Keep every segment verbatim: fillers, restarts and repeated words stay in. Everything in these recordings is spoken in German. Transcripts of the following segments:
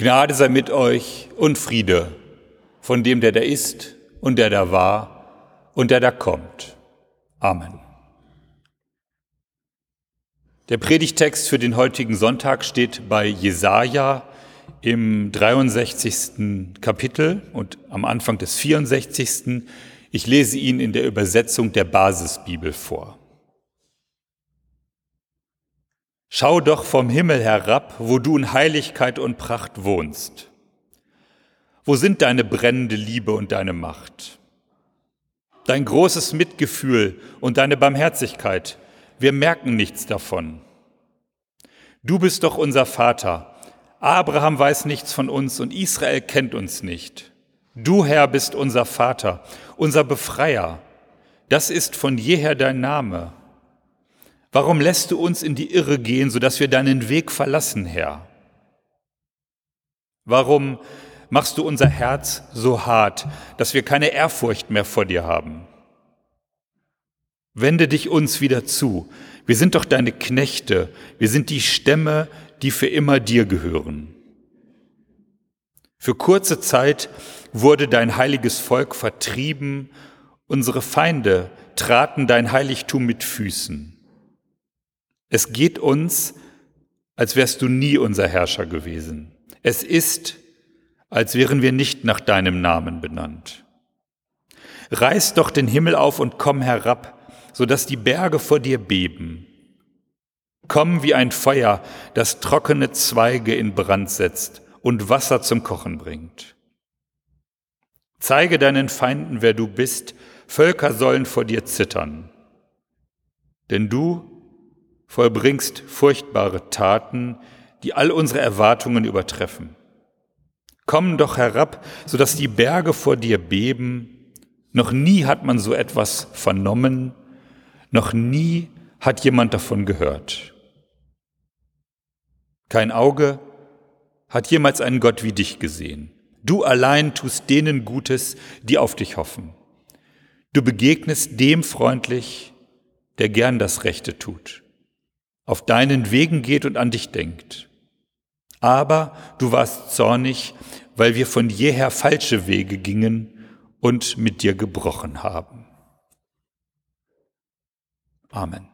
Gnade sei mit euch und Friede von dem, der da ist und der da war und der da kommt. Amen. Der Predigtext für den heutigen Sonntag steht bei Jesaja im dreiundsechzigsten Kapitel und am Anfang des vierundsechzigsten Ich lese ihn in der Übersetzung der Basisbibel vor. Schau doch vom Himmel herab, wo du in Heiligkeit und Pracht wohnst. Wo sind deine brennende Liebe und deine Macht? Dein großes Mitgefühl und deine Barmherzigkeit, wir merken nichts davon. Du bist doch unser Vater. Abraham weiß nichts von uns und Israel kennt uns nicht. Du, Herr, bist unser Vater, unser Befreier. Das ist von jeher dein Name. Warum lässt du uns in die Irre gehen, sodass wir deinen Weg verlassen, Herr? Warum machst du unser Herz so hart, dass wir keine Ehrfurcht mehr vor dir haben? Wende dich uns wieder zu. Wir sind doch deine Knechte. Wir sind die Stämme, die für immer dir gehören. Für kurze Zeit wurde dein heiliges Volk vertrieben. Unsere Feinde traten dein Heiligtum mit Füßen. Es geht uns, als wärst du nie unser Herrscher gewesen. Es ist, als wären wir nicht nach deinem Namen benannt. Reiß doch den Himmel auf und komm herab, sodass die Berge vor dir beben. Komm wie ein Feuer, das trockene Zweige in Brand setzt und Wasser zum Kochen bringt. Zeige deinen Feinden, wer du bist, Völker sollen vor dir zittern. Denn du vollbringst furchtbare Taten, die all unsere Erwartungen übertreffen. Komm doch herab, sodass die Berge vor dir beben. Noch nie hat man so etwas vernommen, noch nie hat jemand davon gehört. Kein Auge hat jemals einen Gott wie dich gesehen. Du allein tust denen Gutes, die auf dich hoffen. Du begegnest dem freundlich, der gern das Rechte tut, auf deinen Wegen geht und an dich denkt. Aber du warst zornig, weil wir von jeher falsche Wege gingen und mit dir gebrochen haben. Amen.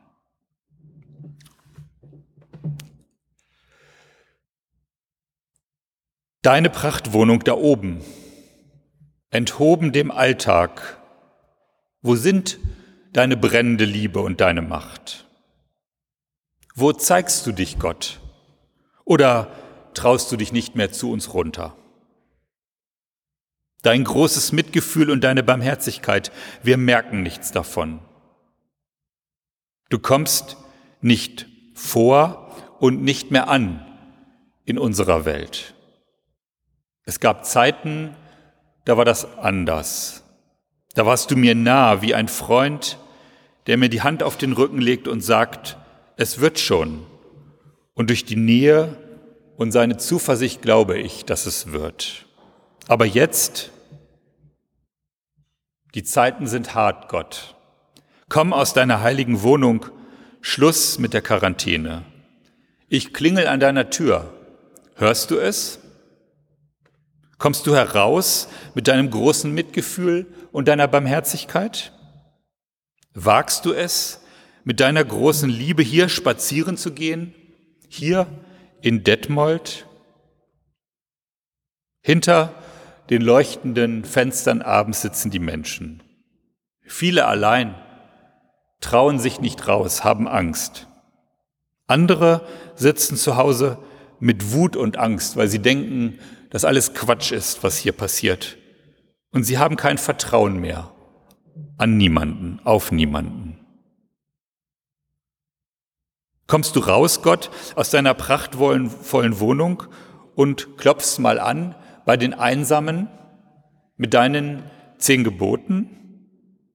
Deine Prachtwohnung da oben, enthoben dem Alltag, wo sind deine brennende Liebe und deine Macht? Wo zeigst du dich, Gott? Oder traust du dich nicht mehr zu uns runter? Dein großes Mitgefühl und deine Barmherzigkeit, wir merken nichts davon. Du kommst nicht vor und nicht mehr an in unserer Welt. Es gab Zeiten, da war das anders. Da warst du mir nah wie ein Freund, der mir die Hand auf den Rücken legt und sagt, es wird schon. Und durch die Nähe und seine Zuversicht glaube ich, dass es wird. Aber jetzt, die Zeiten sind hart, Gott. Komm aus deiner heiligen Wohnung, Schluss mit der Quarantäne. Ich klingel an deiner Tür. Hörst du es? Kommst du heraus mit deinem großen Mitgefühl und deiner Barmherzigkeit? Wagst du es, mit deiner großen Liebe hier spazieren zu gehen? Hier in Detmold? Hinter den leuchtenden Fenstern abends sitzen die Menschen. Viele allein, trauen sich nicht raus, haben Angst. Andere sitzen zu Hause mit Wut und Angst, weil sie denken, dass alles Quatsch ist, was hier passiert. Und sie haben kein Vertrauen mehr an niemanden, auf niemanden. Kommst du raus, Gott, aus deiner prachtvollen Wohnung und klopfst mal an bei den Einsamen mit deinen zehn Geboten?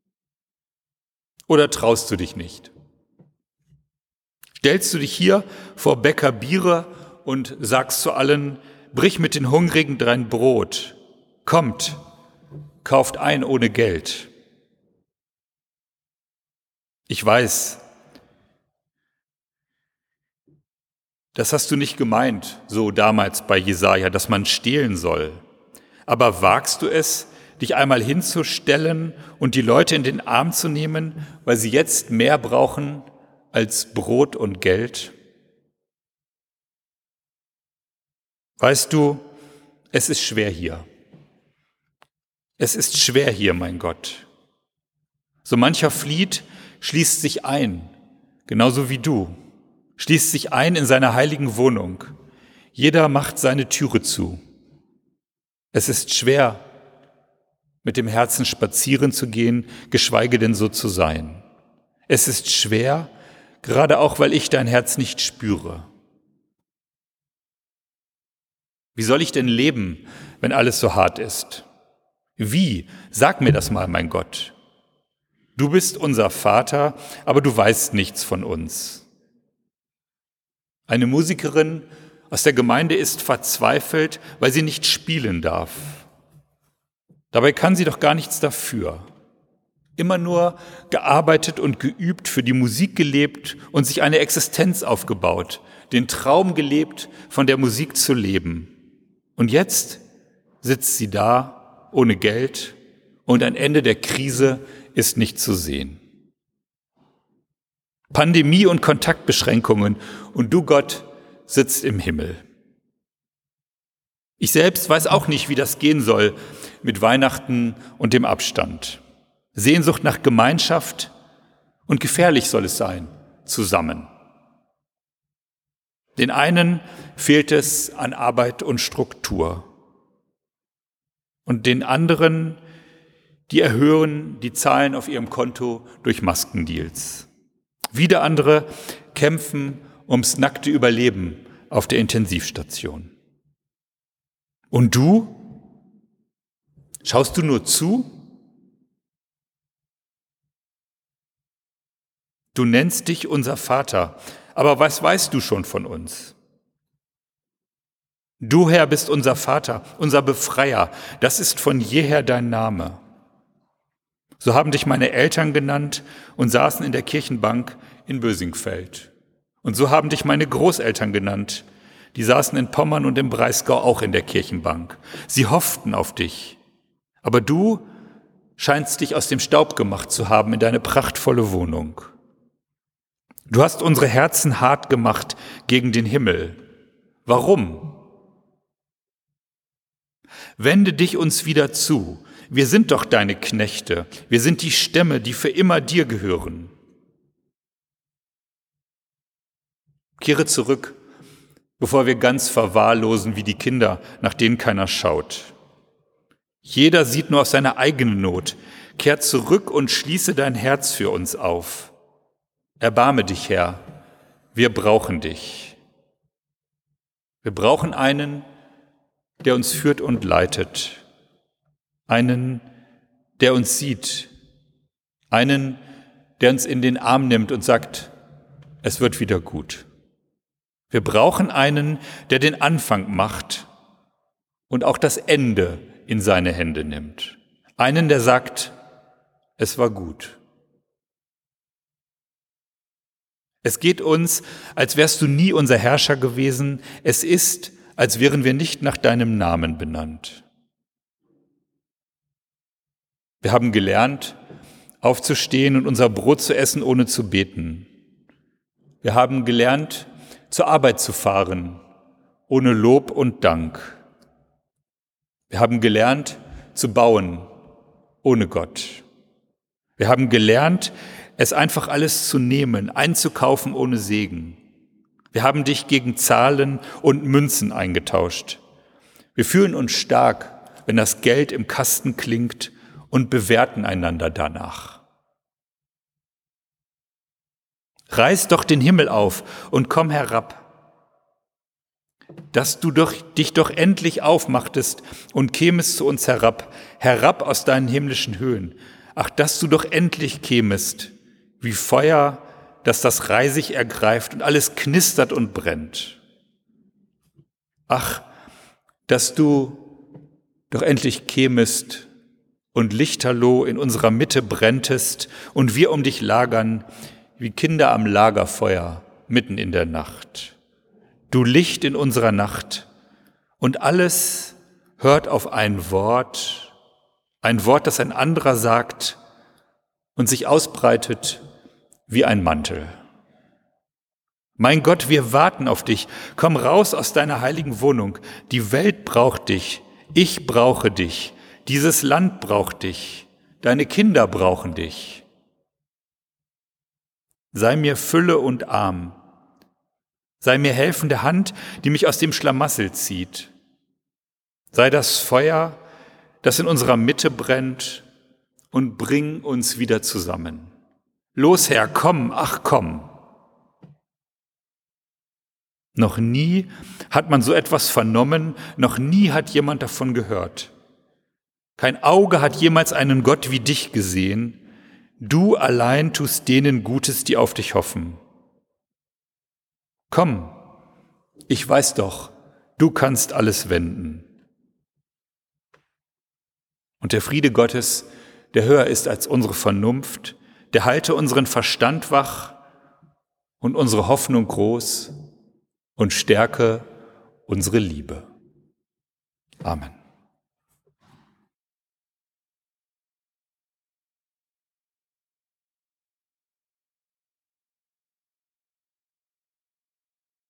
Oder traust du dich nicht? Stellst du dich hier vor Bäcker Biere und sagst zu allen, brich mit den Hungrigen dein Brot, kommt, kauft ein ohne Geld. Ich weiß, Das hast du nicht gemeint, so damals bei Jesaja, dass man stehlen soll. Aber wagst du es, dich einmal hinzustellen und die Leute in den Arm zu nehmen, weil sie jetzt mehr brauchen als Brot und Geld? Weißt du, es ist schwer hier. Es ist schwer hier, mein Gott. So mancher flieht, schließt sich ein, genauso wie du, schließt sich ein in seiner heiligen Wohnung. Jeder macht seine Türe zu. Es ist schwer, mit dem Herzen spazieren zu gehen, geschweige denn so zu sein. Es ist schwer, gerade auch, weil ich dein Herz nicht spüre. Wie soll ich denn leben, wenn alles so hart ist? Wie? Sag mir das mal, mein Gott. Du bist unser Vater, aber du weißt nichts von uns. Eine Musikerin aus der Gemeinde ist verzweifelt, weil sie nicht spielen darf. Dabei kann sie doch gar nichts dafür. Immer nur gearbeitet und geübt, für die Musik gelebt und sich eine Existenz aufgebaut, den Traum gelebt, von der Musik zu leben. Und jetzt sitzt sie da ohne Geld und ein Ende der Krise ist nicht zu sehen. Pandemie und Kontaktbeschränkungen und du, Gott, sitzt im Himmel. Ich selbst weiß auch nicht, wie das gehen soll mit Weihnachten und dem Abstand. Sehnsucht nach Gemeinschaft und gefährlich soll es sein, zusammen. Den einen fehlt es an Arbeit und Struktur. Und den anderen, die erhöhen die Zahlen auf ihrem Konto durch Maskendeals. Wieder andere kämpfen ums nackte Überleben auf der Intensivstation. Und du? Schaust du nur zu? Du nennst dich unser Vater, aber was weißt du schon von uns? Du, Herr, bist unser Vater, unser Befreier, das ist von jeher dein Name. So haben dich meine Eltern genannt und saßen in der Kirchenbank in Bösingfeld. Und so haben dich meine Großeltern genannt, die saßen in Pommern und im Breisgau auch in der Kirchenbank. Sie hofften auf dich, aber du scheinst dich aus dem Staub gemacht zu haben in deine prachtvolle Wohnung. Du hast unsere Herzen hart gemacht gegen den Himmel. Warum? Wende dich uns wieder zu. Wir sind doch deine Knechte. Wir sind die Stämme, die für immer dir gehören. Kehre zurück, bevor wir ganz verwahrlosen wie die Kinder, nach denen keiner schaut. Jeder sieht nur auf seine eigene Not. Kehr zurück und schließe dein Herz für uns auf. Erbarme dich, Herr, wir brauchen dich. Wir brauchen einen, der uns führt und leitet. Einen, der uns sieht. Einen, der uns in den Arm nimmt und sagt, es wird wieder gut. Wir brauchen einen, der den Anfang macht und auch das Ende in seine Hände nimmt. Einen, der sagt, es war gut. Es geht uns, als wärst du nie unser Herrscher gewesen. Es ist, als wären wir nicht nach deinem Namen benannt. Wir haben gelernt, aufzustehen und unser Brot zu essen, ohne zu beten. Wir haben gelernt, zur Arbeit zu fahren, ohne Lob und Dank. Wir haben gelernt, zu bauen, ohne Gott. Wir haben gelernt, es einfach alles zu nehmen, einzukaufen ohne Segen. Wir haben dich gegen Zahlen und Münzen eingetauscht. Wir fühlen uns stark, wenn das Geld im Kasten klingt und bewerten einander danach. Reiß doch den Himmel auf und komm herab, dass du doch, dich doch endlich aufmachtest und kämest zu uns herab, herab aus deinen himmlischen Höhen. Ach, dass du doch endlich kämest, wie Feuer, das das Reisig ergreift und alles knistert und brennt. Ach, dass du doch endlich kämest und lichterloh in unserer Mitte brenntest und wir um dich lagern, wie Kinder am Lagerfeuer mitten in der Nacht. du Licht in unserer Nacht, und alles hört auf ein Wort, ein Wort, das ein anderer sagt und sich ausbreitet wie ein Mantel. Mein Gott, wir warten auf dich. Komm raus aus deiner heiligen Wohnung. Die Welt braucht dich. Ich brauche dich. Dieses Land braucht dich. Deine Kinder brauchen dich. Sei mir Fülle und Arm. Sei mir helfende Hand, die mich aus dem Schlamassel zieht. Sei das Feuer, das in unserer Mitte brennt, und bring uns wieder zusammen. Los, Herr, komm, ach komm. Noch nie hat man so etwas vernommen, noch nie hat jemand davon gehört. Kein Auge hat jemals einen Gott wie dich gesehen. Du allein tust denen Gutes, die auf dich hoffen. Komm, ich weiß doch, du kannst alles wenden. Und der Friede Gottes, der höher ist als unsere Vernunft, der halte unseren Verstand wach und unsere Hoffnung groß und stärke unsere Liebe. Amen.